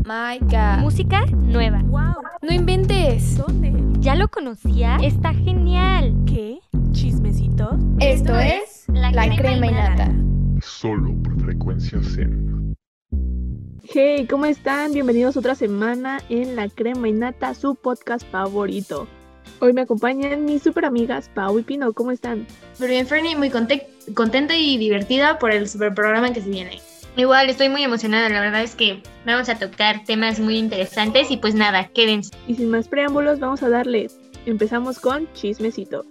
my God. Música nueva. Wow. No inventes. ¿Dónde? ¿Ya lo conocía? Está genial. ¿Qué? ¿Chismecito? Esto es La Crema y Nata. Solo por Frecuencia Zen. Hey, ¿cómo están? Bienvenidos otra semana en La Crema y Nata, su podcast favorito. Hoy me acompañan mis super amigas Pau y Pino. ¿Cómo están? Pero bien, Fernie, muy contenta y divertida por el super programa que se viene. Igual, estoy muy emocionada, la verdad es que vamos a tocar temas muy interesantes y pues nada, quédense. Y sin más preámbulos, vamos a darle. Empezamos con Chismecito.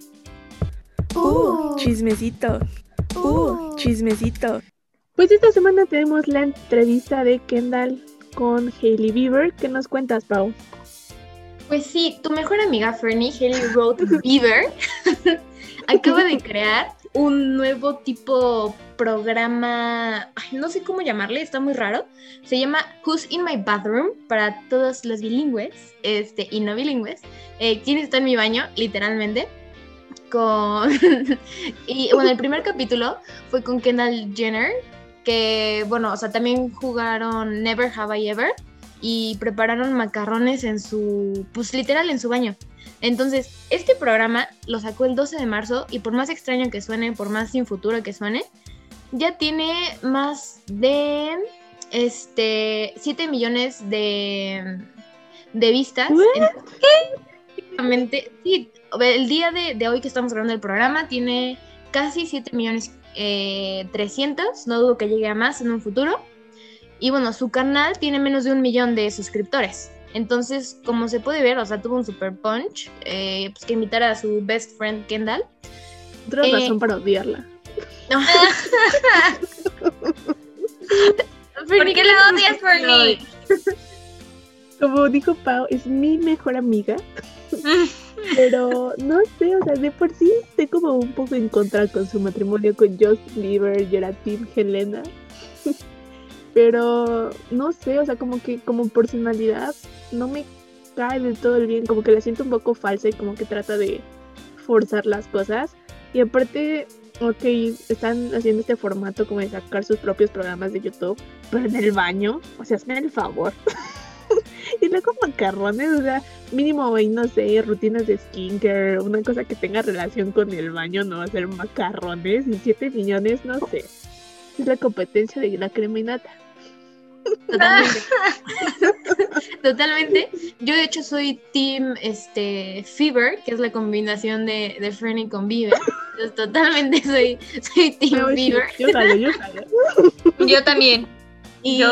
Chismecito. Chismecito. Pues esta semana tenemos la entrevista de Kendall con Hailey Bieber. ¿Qué nos cuentas, Pau? Pues sí, tu mejor amiga Fernie, Hailey Roth Bieber, acaba de crear un nuevo tipo programa, no sé cómo llamarle, está muy raro. Se llama Who's in My Bathroom para todos los bilingües y no bilingües. ¿Quién está en mi baño? Literalmente. Y bueno, el primer capítulo fue con Kendall Jenner, que bueno, o sea, también jugaron Never Have I Ever y prepararon macarrones en su, pues literal en su baño. Entonces, este programa lo sacó el 12 de marzo y por más extraño que suene, por más sin futuro que suene, ya tiene más de 7 millones de vistas. Prácticamente, sí, el día de hoy que estamos grabando el programa tiene casi 7 millones 300, no dudo que llegue a más en un futuro. Y bueno, su canal tiene menos de 1 millón de suscriptores. Entonces, como se puede ver, o sea, tuvo un super punch, pues que invitar a su best friend Kendall. Otra razón para odiarla. No. ¿Por qué la odias, Fernie? Como dijo Pau, es mi mejor amiga. Pero no sé, o sea, de por sí estoy como un poco en contra con su matrimonio con Justin Bieber. Yo era Team Helena. Pero no sé, o sea, como que como personalidad no me cae del todo el bien, como que la siento un poco falsa y como que trata de forzar las cosas. Y aparte, ok, están haciendo este formato como de sacar sus propios programas de YouTube, pero en el baño, o sea, hazme el favor. Y luego macarrones, o sea, mínimo, no sé, rutinas de skincare, una cosa que tenga relación con el baño, no hacer macarrones y 7 millones, no sé. Es la competencia de La Crema y Nata. Totalmente. Totalmente. Yo de hecho soy team Fever, que es la combinación de Fernie con Bieber. Entonces, totalmente soy team No, Bieber. Yo jalo. Yo también. Y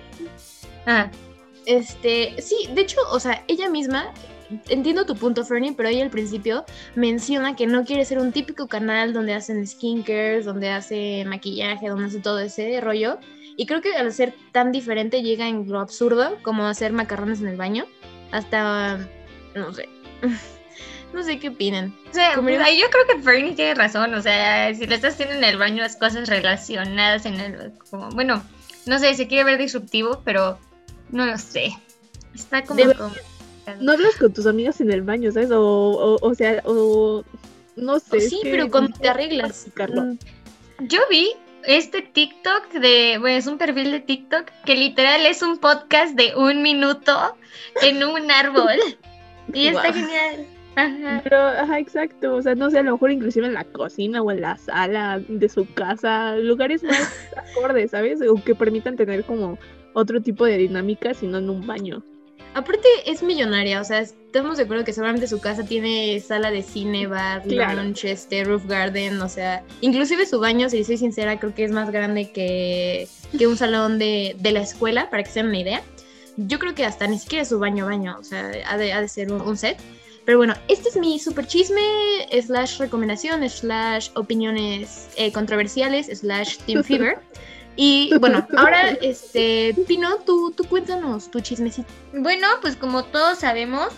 sí, de hecho, o sea, ella misma, entiendo tu punto, Fernie, pero ella al principio menciona que no quiere ser un típico canal donde hacen skincare, donde hace maquillaje, donde hace todo ese rollo. Y creo que al ser tan diferente llega en lo absurdo, como hacer macarrones en el baño, hasta, no sé, no sé qué opinan. O sea, pues, yo creo que Fernie tiene razón, o sea, si le estás haciendo en el baño las cosas relacionadas en el, como, bueno, no sé, se quiere ver disruptivo, pero no lo sé. Está como... No hablas con tus amigas en el baño, ¿sabes? O sea, no sé. Sí, pero cuando te arreglas. Yo vi este TikTok bueno, es un perfil de TikTok que literal es un podcast de 1 minuto en un árbol. Y está genial. Ajá. Pero, exacto, o sea, no sé, a lo mejor inclusive en la cocina o en la sala de su casa, lugares más acordes, ¿sabes? O que permitan tener como otro tipo de dinámica, sino en un baño. Aparte es millonaria, o sea, estamos de acuerdo que seguramente su casa tiene sala de cine, bar, lounge, roof garden, o sea, inclusive su baño, si soy sincera, creo que es más grande que un salón de la escuela, para que se den una idea. Yo creo que hasta ni siquiera es su baño, o sea, ha de ser un set. Pero bueno, este es mi super chisme, / recomendación, / opiniones controversiales, / Team Fever. Y bueno, ahora, Pino, tú cuéntanos tu chismecito. Bueno, pues como todos sabemos,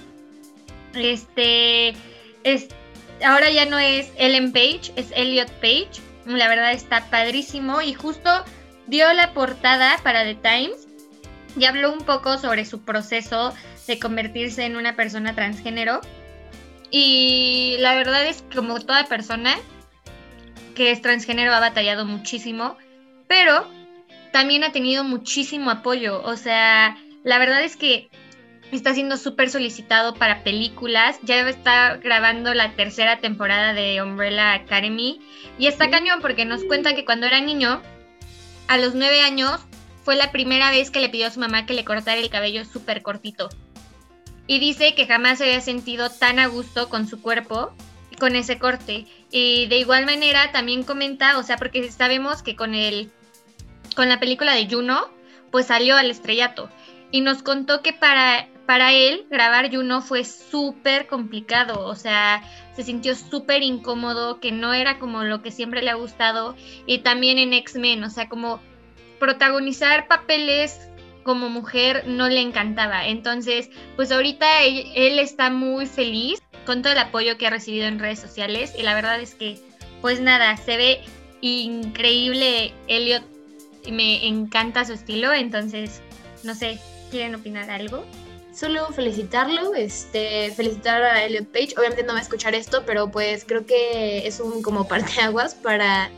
ahora ya no es Ellen Page, es Elliot Page. La verdad está padrísimo y justo dio la portada para The Times y habló un poco sobre su proceso de convertirse en una persona transgénero. Y la verdad es que como toda persona que es transgénero ha batallado muchísimo, pero también ha tenido muchísimo apoyo. O sea, La verdad es que está siendo súper solicitado para películas. Ya está grabando la 3ª temporada de Umbrella Academy. Y está cañón porque nos cuenta que cuando era niño, a los 9 años, fue la primera vez que le pidió a su mamá que le cortara el cabello súper cortito. Y dice que jamás se había sentido tan a gusto con su cuerpo, con ese corte. Y de igual manera también comenta, o sea, porque sabemos que con la película de Juno, pues salió al estrellato. Y nos contó que para él grabar Juno fue súper complicado, o sea, se sintió súper incómodo, que no era como lo que siempre le ha gustado. Y también en X-Men, o sea, como protagonizar papeles como mujer no le encantaba. Entonces, pues ahorita él está muy feliz con todo el apoyo que ha recibido en redes sociales. Y la verdad es que, pues nada, se ve increíble Elliot. Me encanta su estilo. Entonces, no sé, ¿quieren opinar algo? Solo felicitarlo, felicitar a Elliot Page. Obviamente no va a escuchar esto, pero pues creo que es un como parteaguas para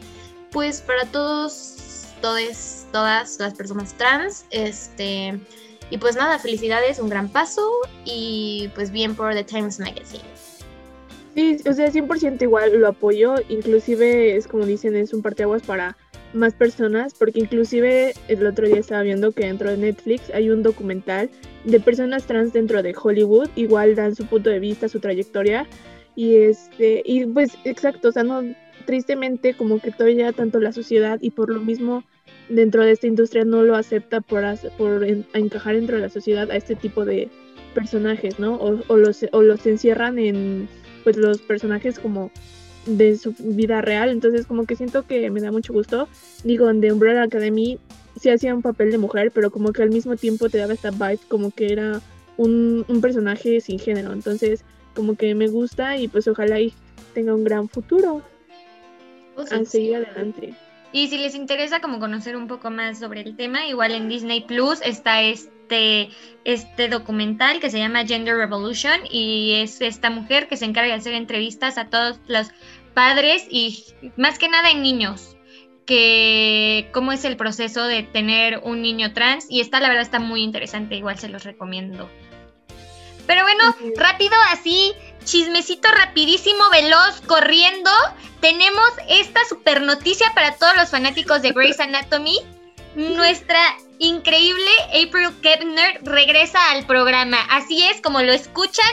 todas las personas trans, y pues nada, felicidades, un gran paso, y pues bien por The Times Magazine. Sí, o sea, 100% igual lo apoyo, inclusive es como dicen, es un parteaguas para más personas, porque inclusive el otro día estaba viendo que dentro de Netflix hay un documental de personas trans dentro de Hollywood, igual dan su punto de vista, su trayectoria, y pues exacto, o sea, no, tristemente como que todavía tanto la sociedad y por lo mismo dentro de esta industria no lo acepta por encajar dentro de la sociedad a este tipo de personajes, ¿no? O los encierran en pues los personajes como de su vida real. Entonces como que siento que me da mucho gusto. Digo, en The Umbrella Academy sí hacía un papel de mujer, pero como que al mismo tiempo te daba esta vibe como que era un personaje sin género. Entonces como que me gusta y pues ojalá y tenga un gran futuro. A seguir adelante. Y si les interesa como conocer un poco más sobre el tema, igual en Disney Plus está este documental que se llama Gender Revolution, y es esta mujer que se encarga de hacer entrevistas a todos los padres y más que nada en niños, que cómo es el proceso de tener un niño trans, y la verdad está muy interesante, igual se los recomiendo. Pero bueno, rápido, así, chismecito rapidísimo, veloz, corriendo. Tenemos esta super noticia para todos los fanáticos de Grey's Anatomy. Nuestra increíble April Kepner regresa al programa. Así es, como lo escuchan,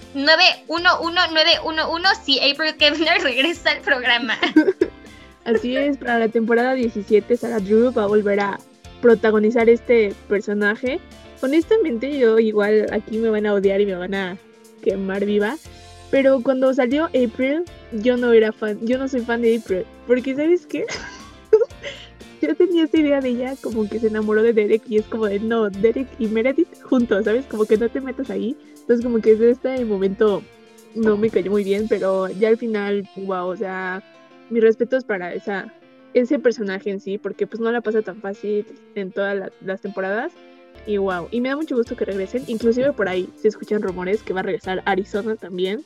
911, sí, April Kepner regresa al programa. Así es, para la temporada 17 Sarah Drew va a volver a protagonizar este personaje. Honestamente, yo igual aquí me van a odiar y me van a quemar viva, pero cuando salió April, yo no soy fan de April, porque ¿sabes qué? Yo tenía esta idea de ella como que se enamoró de Derek, y es como de, no, Derek y Meredith juntos, ¿sabes? Como que no te metas ahí. Entonces como que desde este momento no me cayó muy bien, pero ya al final, wow, o sea, mis respetos para ese personaje en sí, porque pues no la pasa tan fácil en todas las temporadas. Y wow, y me da mucho gusto que regresen. Inclusive por ahí se escuchan rumores que va a regresar Arizona también.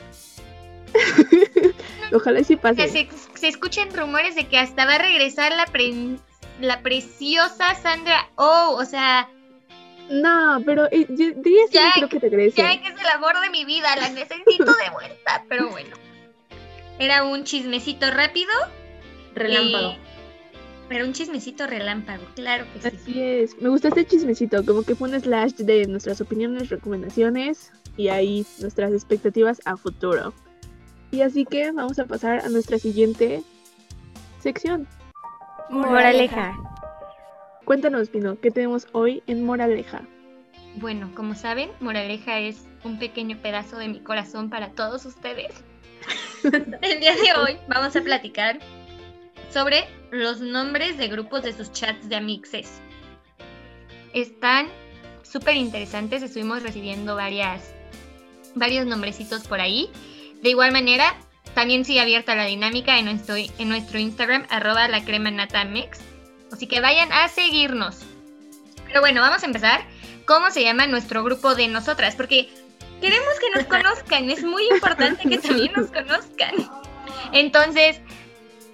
Ojalá sí pase. Se escuchan rumores de que hasta va a regresar la preciosa Sandra Oh, o sea... No, pero diría sí, creo que regrese. Ya que es el amor de mi vida, la necesito de vuelta. Pero bueno, era un chismecito rápido. Relámpago. Era un chismecito relámpago, claro que sí. Así es, me gustó este chismecito, como que fue un slash de nuestras opiniones, recomendaciones y ahí nuestras expectativas a futuro. Y así que vamos a pasar a nuestra siguiente sección. Moraleja. Cuéntanos, Pino, ¿qué tenemos hoy en Moraleja? Bueno, como saben, Moraleja es un pequeño pedazo de mi corazón para todos ustedes. El día de hoy vamos a platicar sobre los nombres de grupos de sus chats de amixes. Están súper interesantes, estuvimos recibiendo varios nombrecitos por ahí. De igual manera, también sigue abierta la dinámica en nuestro Instagram, @lacremanatamex. Así que vayan a seguirnos. Pero bueno, vamos a empezar. ¿Cómo se llama nuestro grupo de nosotras? Porque queremos que nos conozcan, es muy importante que también nos conozcan. Entonces,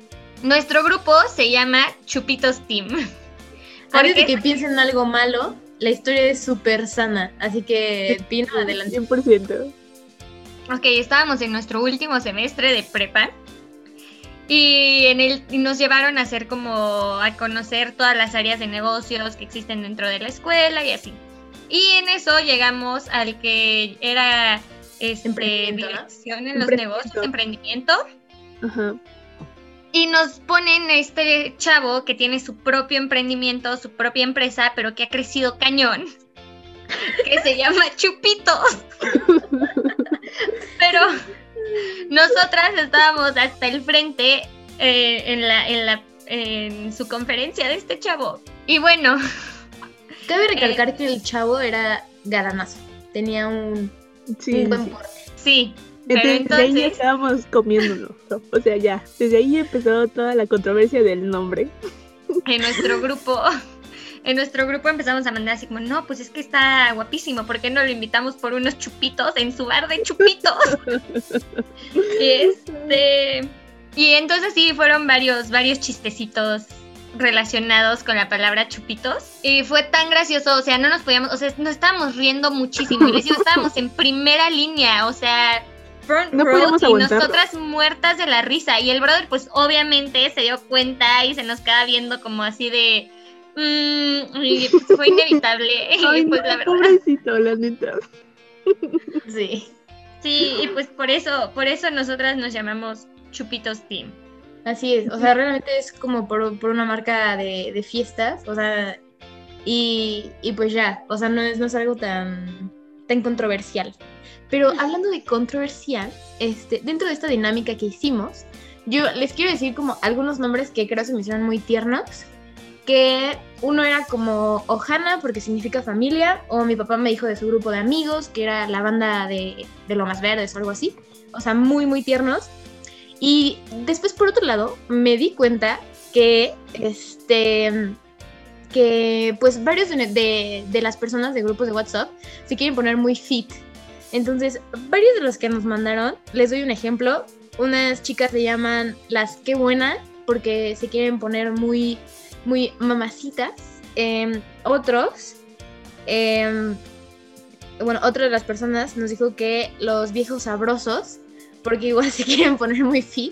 nuestro grupo se llama Chupitos Team. Antes de que piensen algo malo, la historia es súper sana, así que Pino, adelante. 100%. Ok, estábamos en nuestro último semestre de prepa y nos llevaron a hacer a conocer todas las áreas de negocios que existen dentro de la escuela y así. Y en eso llegamos al que era dirección en los negocios, emprendimiento. Ajá. Y nos ponen a este chavo que tiene su propio emprendimiento, su propia empresa, pero que ha crecido cañón, que se llama Chupitos. Pero nosotras estábamos hasta el frente en su conferencia de este chavo. Y bueno, cabe recalcar que el chavo era galanazo, tenía un buen porte. Sí. Desde ahí ya estábamos comiéndonos, ¿no? O sea, ya, desde ahí empezó toda la controversia del nombre. En nuestro grupo empezamos a mandar así como, no, pues es que está guapísimo, ¿por qué no lo invitamos por unos chupitos en su bar de chupitos? Y entonces sí, fueron varios chistecitos relacionados con la palabra chupitos. Y fue tan gracioso, o sea, no nos podíamos, o sea, nos estábamos riendo muchísimo. Y les digo, estábamos en primera línea, o sea, front no row, podíamos y aguantarlo. nosotras muertas de la risa. Y el brother, pues obviamente se dio cuenta y se nos queda viendo como así de... y pues fue inevitable. Ay, y pues no, la verdad. pobrecito, la neta. Sí. Sí, y pues por eso nosotras nos llamamos Chupitos Team. Así es, o sea, realmente es como por una marca de fiestas, o sea, y pues ya, o sea, no es algo tan controversial. Pero hablando de controversial, dentro de esta dinámica que hicimos, yo les quiero decir como algunos nombres que creo se me hicieron muy tiernos, que uno era como Ohana, porque significa familia, o mi papá me dijo de su grupo de amigos, que era la banda de Lomas Verdes o algo así, o sea, muy, muy tiernos. Y después, por otro lado, me di cuenta que pues varios de las personas de grupos de WhatsApp se quieren poner muy fit. Entonces, varios de los que nos mandaron, les doy un ejemplo. Unas chicas se llaman las Qué Buena, porque se quieren poner muy, muy mamacitas. Otros, otra de las personas nos dijo que los viejos sabrosos, porque igual se quieren poner muy fit.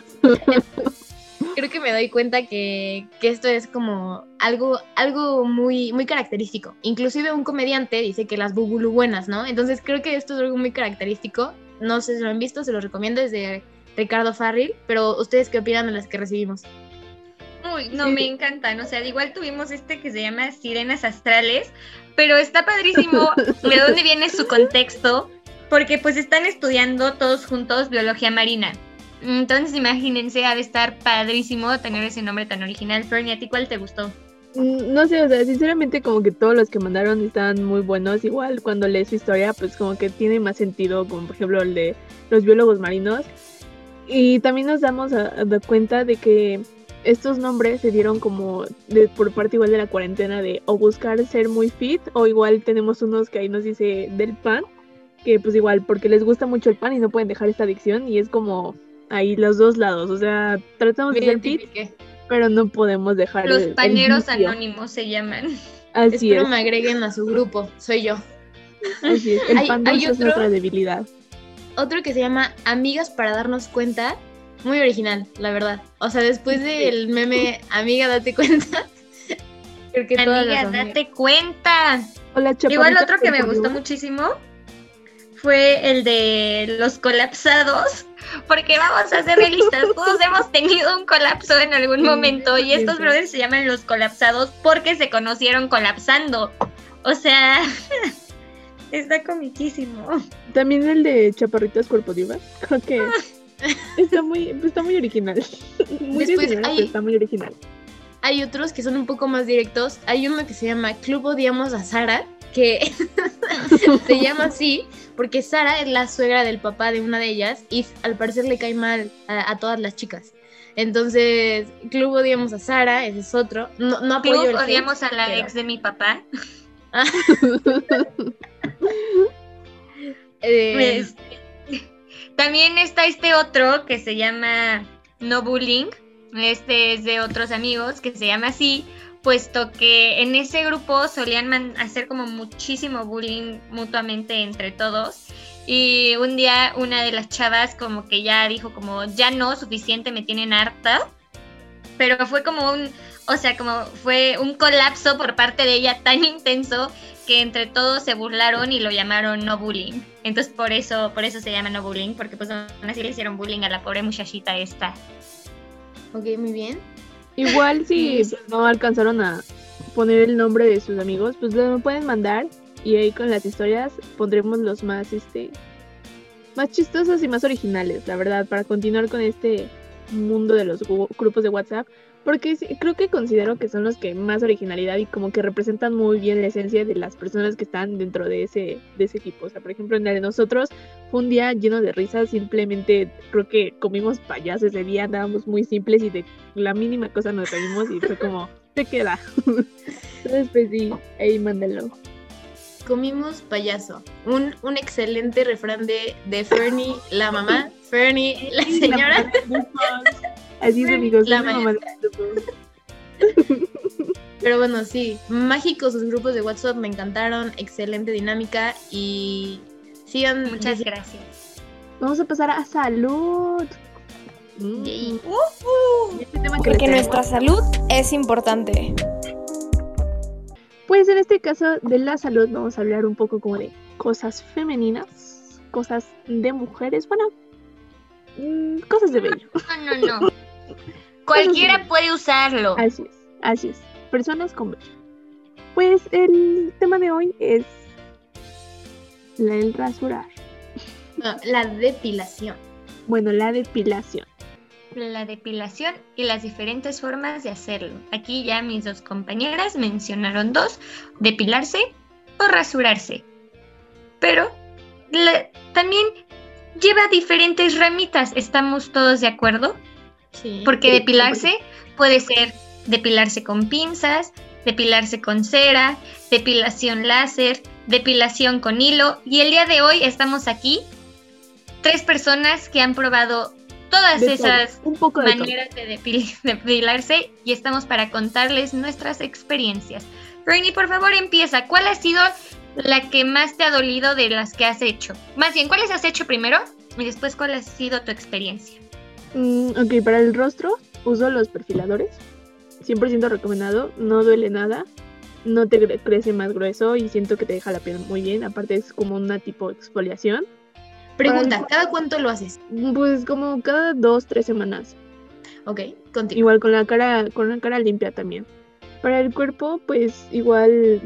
Creo que me doy cuenta que esto es como algo muy, muy característico. Inclusive un comediante dice que las bubulu buenas, ¿no? Entonces creo que esto es algo muy característico. No sé si lo han visto, se los recomiendo, es de Ricardo Farril. Pero ¿ustedes qué opinan de las que recibimos? Uy, no, me encantan. O sea, igual tuvimos que se llama Sirenas Astrales, pero está padrísimo de dónde viene su contexto, porque pues están estudiando todos juntos biología marina. Entonces imagínense, ha de estar padrísimo tener ese nombre tan original. Fernie, ¿a ti cuál te gustó? No sé, o sea, sinceramente como que todos los que mandaron están muy buenos. Igual cuando lees su historia, pues como que tiene más sentido, como por ejemplo el de los biólogos marinos. Y también nos damos a cuenta de que estos nombres se dieron como por parte igual de la cuarentena, de o buscar ser muy fit, o igual tenemos unos que ahí nos dice del pan, que pues igual porque les gusta mucho el pan y no pueden dejar esta adicción, y es como ahí los dos lados, o sea, tratamos de ser fit, pero no podemos dejar los pañeros el vicio. Anónimos se llaman. Así Espero es. me agreguen a su grupo, soy yo. Así es, el pan dulce es nuestra debilidad. Otro que se llama Amigas para darnos cuenta, muy original, la verdad. O sea, después del meme Amiga, date cuenta, creo que todas las Amiga, date cuenta. Hola, Igual otro que me gustó muchísimo fue el de los colapsados, porque vamos a ser realistas, todos hemos tenido un colapso en algún momento, y estos brothers se llaman los colapsados porque se conocieron colapsando. O sea, está comiquísimo. También el de Chaparritas Cuerpo Divas, creo que está muy original. Muy Después diseñado, pero está muy original. Hay otros que son un poco más directos. Hay uno que se llama Club Odiamos a Sara, que se llama así porque Sara es la suegra del papá de una de ellas y al parecer le cae mal a todas las chicas. Entonces, Club Odiamos a Sara, ese es otro. No apoyo Club el Odiamos hate, a la pero... ex de mi papá. También está este otro que se llama No Bullying. Este es de otros amigos que se llama así puesto que en ese grupo solían hacer como muchísimo bullying mutuamente entre todos. Y un día una de las chavas como que ya dijo como, ya no, suficiente, me tienen harta. Pero fue como fue un colapso por parte de ella tan intenso que entre todos se burlaron y lo llamaron no bullying. Entonces por eso se llama no bullying, porque pues aún así le hicieron bullying a la pobre muchachita esta. Ok, muy bien. Igual si no alcanzaron a poner el nombre de sus amigos, pues lo pueden mandar y ahí con las historias pondremos los más chistosos y más originales, la verdad, para continuar con este mundo de los grupos de WhatsApp, porque creo que considero que son los que más originalidad y como que representan muy bien la esencia de las personas que están dentro de ese equipo. O sea, por ejemplo, en el de nosotros fue un día lleno de risas, simplemente creo que comimos payaso ese día, andábamos muy simples y de la mínima cosa nos reímos y fue como, se queda. Entonces pues sí, ahí mándenlo. Comimos payaso. Un excelente refrán de Fernie, la mamá. Fernie, la señora. Así es, amigos. La mamá. Pero bueno, sí. Mágicos sus grupos de WhatsApp, me encantaron. Excelente dinámica. Y sigan. Muchas gracias. Vamos a pasar a salud. Yay. Este tema que Porque nuestra salud es importante. Pues en este caso de la salud vamos a hablar un poco como de cosas femeninas, cosas de mujeres, bueno, cosas de bello. No. Cualquiera puede usarlo. Así es, personas con bello. Pues el tema de hoy es el rasurar. No, la depilación. Bueno, la depilación. La depilación y las diferentes formas de hacerlo. Aquí ya mis dos compañeras mencionaron dos: depilarse o rasurarse. Pero también lleva diferentes ramitas. ¿Estamos todos de acuerdo? Sí. Porque depilarse puede ser depilarse con pinzas, depilarse con cera, depilación láser, depilación con hilo. Y el día de hoy estamos aquí 3 personas que han probado todas esas maneras de depilarse y estamos para contarles nuestras experiencias. Rainy, por favor, empieza. ¿Cuál ha sido la que más te ha dolido de las que has hecho? Más bien, ¿cuáles has hecho primero? Y después, ¿cuál ha sido tu experiencia? Ok, para el rostro uso los perfiladores. 100% recomendado. No duele nada. No te crece más grueso y siento que te deja la piel muy bien. Aparte es como una tipo exfoliación. Pregunta, ¿cada cuánto lo haces? Pues como cada 2-3 semanas. Ok, contigo. Igual con la cara limpia también. Para el cuerpo, pues igual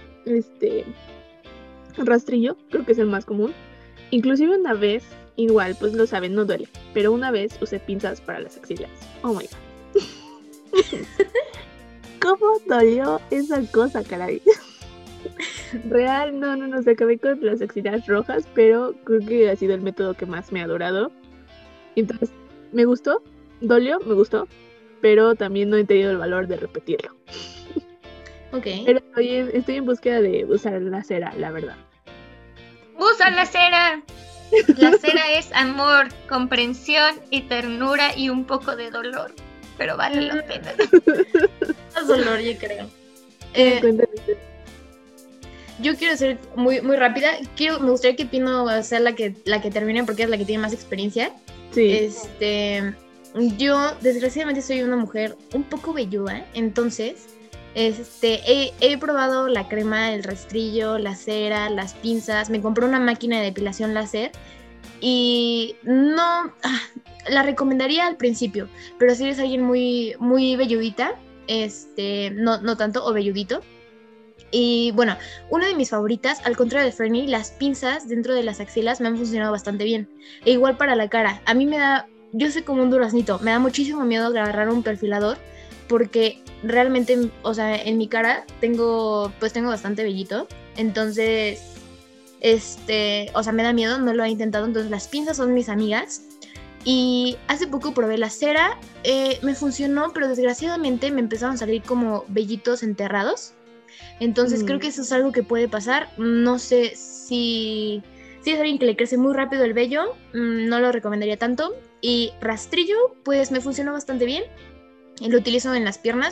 rastrillo, creo que es el más común. Inclusive una vez, igual, pues lo saben, no duele. Pero una vez usé pinzas para las axilas. Oh my god. ¿Cómo dolió esa cosa, caray? Real, no, se acabé con las axilas rojas, pero creo que ha sido el método que más me ha durado. Entonces, me gustó, dolió, me gustó, pero también no he tenido el valor de repetirlo. Ok. Pero estoy en búsqueda de usar la cera, la verdad. ¡Usa la cera! La cera es amor, comprensión y ternura y un poco de dolor, pero vale la pena. Más dolor, yo creo. Cuéntame. Yo quiero ser muy, muy rápida. Me gustaría que Pino sea la que termine porque es la que tiene más experiencia. Sí. Yo desgraciadamente soy una mujer un poco velluda, entonces he probado la crema, el rastrillo, la cera, las pinzas. Me compré una máquina de depilación láser y no la recomendaría al principio, pero si eres alguien muy, muy velludita, no tanto, o velludito. Y bueno, una de mis favoritas, al contrario de Fernie, las pinzas dentro de las axilas me han funcionado bastante bien. E igual para la cara. A mí yo soy como un duraznito, me da muchísimo miedo de agarrar un perfilador porque realmente, o sea, en mi cara tengo bastante vellito. Entonces, o sea, me da miedo, no lo he intentado. Entonces las pinzas son mis amigas. Y hace poco probé la cera, me funcionó, pero desgraciadamente me empezaron a salir como vellitos enterrados. Entonces creo que eso es algo que puede pasar. No sé si es alguien que le crece muy rápido el vello, no lo recomendaría tanto. Y rastrillo, pues me funcionó bastante bien. Lo utilizo en las piernas,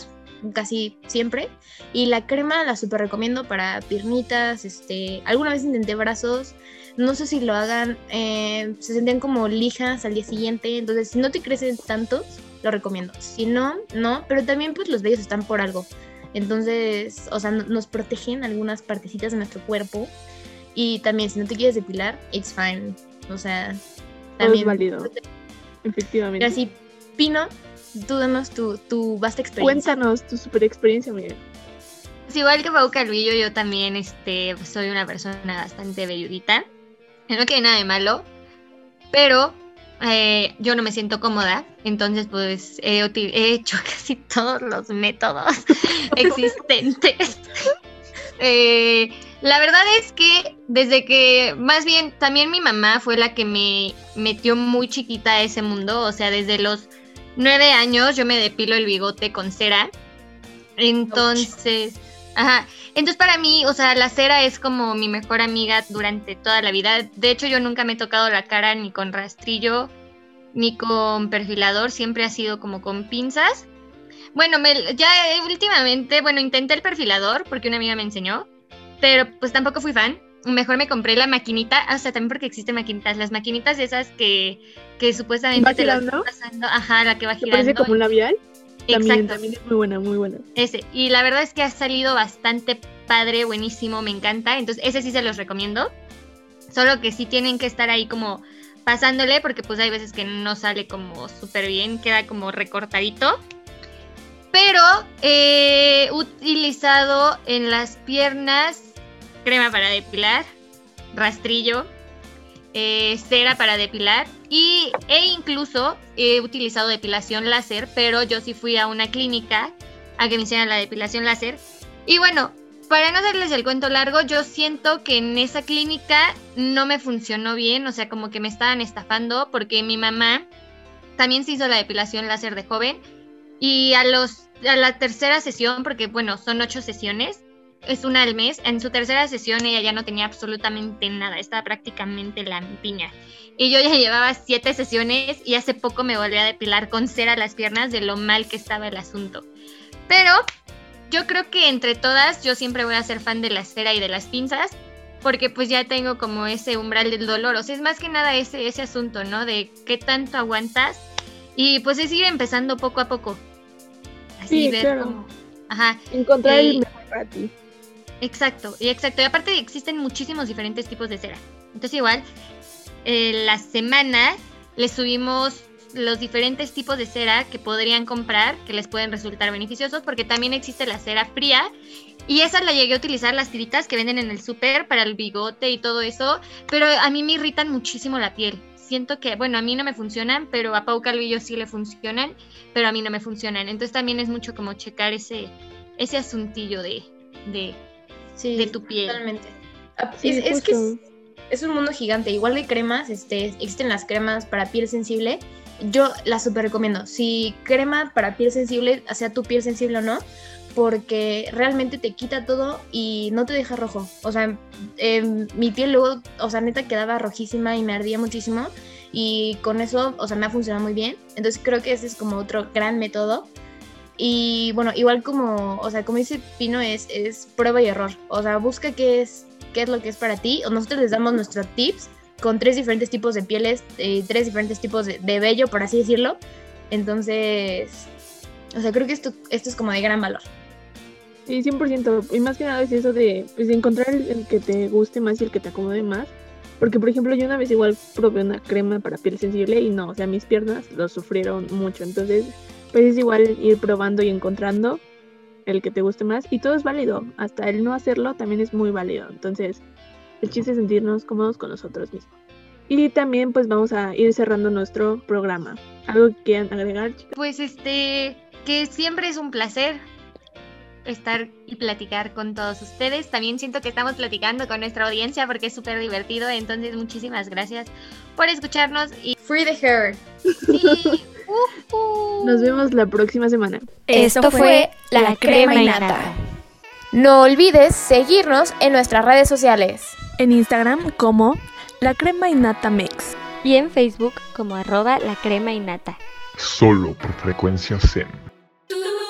casi siempre. Y la crema la súper recomiendo para piernitas, alguna vez intenté brazos, no sé si lo hagan, se sentían como lijas al día siguiente, entonces si no te crecen tantos, lo recomiendo. Si no, no, pero también pues los vellos están por algo. Entonces, o sea, nos protegen algunas partecitas de nuestro cuerpo. Y también si no te quieres depilar, it's fine. O sea, también es válido. Efectivamente. Y así, Pino, tú danos tu vasta experiencia. Cuéntanos tu super experiencia, Miguel. Pues igual que Pau Calvillo, yo también soy una persona bastante velludita. No tiene nada de malo, pero yo no me siento cómoda, entonces pues he hecho casi todos los métodos existentes. La verdad es que desde que, más bien, también mi mamá fue la que me metió muy chiquita a ese mundo, o sea, desde los 9 años yo me depilo el bigote con cera, entonces... Ajá, entonces para mí, o sea, la cera es como mi mejor amiga durante toda la vida. De hecho, yo nunca me he tocado la cara ni con rastrillo, ni con perfilador, siempre ha sido como con pinzas. Bueno, últimamente, intenté el perfilador porque una amiga me enseñó, pero pues tampoco fui fan. Mejor me compré la maquinita, o sea, también porque existen maquinitas, las maquinitas esas que supuestamente te las están pasando, ajá, la que va girando. ¿Parece como un labial? Exacto. También es muy buena, muy buena. Ese, y la verdad es que ha salido bastante padre, buenísimo, me encanta, entonces ese sí se los recomiendo, solo que sí tienen que estar ahí como pasándole, porque pues hay veces que no sale como súper bien, queda como recortadito, pero he utilizado en las piernas crema para depilar, rastrillo, cera para depilar e incluso he utilizado depilación láser, pero yo sí fui a una clínica a que me hicieran la depilación láser. Y bueno, para no hacerles el cuento largo, yo siento que en esa clínica no me funcionó bien, o sea, como que me estaban estafando, porque mi mamá también se hizo la depilación láser de joven y a la tercera sesión, porque bueno, son 8 sesiones, es una al mes, en su tercera sesión ella ya no tenía absolutamente nada, estaba prácticamente lampiña. Y yo ya llevaba 7 sesiones y hace poco me volví a depilar con cera las piernas de lo mal que estaba el asunto. Pero yo creo que entre todas yo siempre voy a ser fan de la cera y de las pinzas, porque pues ya tengo como ese umbral del dolor, o sea, es más que nada ese asunto, ¿no? De qué tanto aguantas y pues es ir empezando poco a poco. Así sí, ver claro. cómo... Ajá. Encontrar el mejor para ti. Exacto. Y aparte existen muchísimos diferentes tipos de cera. Entonces igual, la semana les subimos los diferentes tipos de cera que podrían comprar, que les pueden resultar beneficiosos, porque también existe la cera fría, y esa la llegué a utilizar, las tiritas que venden en el súper para el bigote y todo eso, pero a mí me irritan muchísimo la piel. Siento que, bueno, a mí no me funcionan, pero a Pau Calvillo sí le funcionan, pero a mí no me funcionan. Entonces también es mucho como checar ese asuntillo de tu piel. Totalmente. Sí, es que es un mundo gigante. Igual de cremas, existen las cremas para piel sensible. Yo las súper recomiendo. Si crema para piel sensible, sea tu piel sensible o no, porque realmente te quita todo y no te deja rojo. O sea, mi piel luego, o sea, neta quedaba rojísima y me ardía muchísimo. Y con eso, o sea, me ha funcionado muy bien. Entonces creo que ese es como otro gran método. Y bueno, igual como dice Pino, es prueba y error. O sea, busca qué es lo que es para ti. Nosotros les damos nuestros tips con 3 diferentes tipos de pieles, 3 diferentes tipos de vello, por así decirlo. Entonces, o sea, creo que esto es como de gran valor. Sí, 100%. Y más que nada es eso de encontrar el que te guste más y el que te acomode más. Porque, por ejemplo, yo una vez igual probé una crema para piel sensible y no, o sea, mis piernas lo sufrieron mucho. Entonces, pues es igual ir probando y encontrando el que te guste más. Y todo es válido. Hasta el no hacerlo también es muy válido. Entonces, el chiste es sentirnos cómodos con nosotros mismos. Y también, pues, vamos a ir cerrando nuestro programa. ¿Algo que quieran agregar, chicas? Pues, que siempre es un placer estar y platicar con todos ustedes. También siento que estamos platicando con nuestra audiencia porque es súper divertido. Entonces, muchísimas gracias por escucharnos. Y Free the hair. sí, Nos vemos la próxima semana. Esto fue La Crema y Nata. No olvides seguirnos en nuestras redes sociales. En Instagram como La Crema y Nata Mix. Y en Facebook como @lacremaynata. Solo por Frecuencia Zen.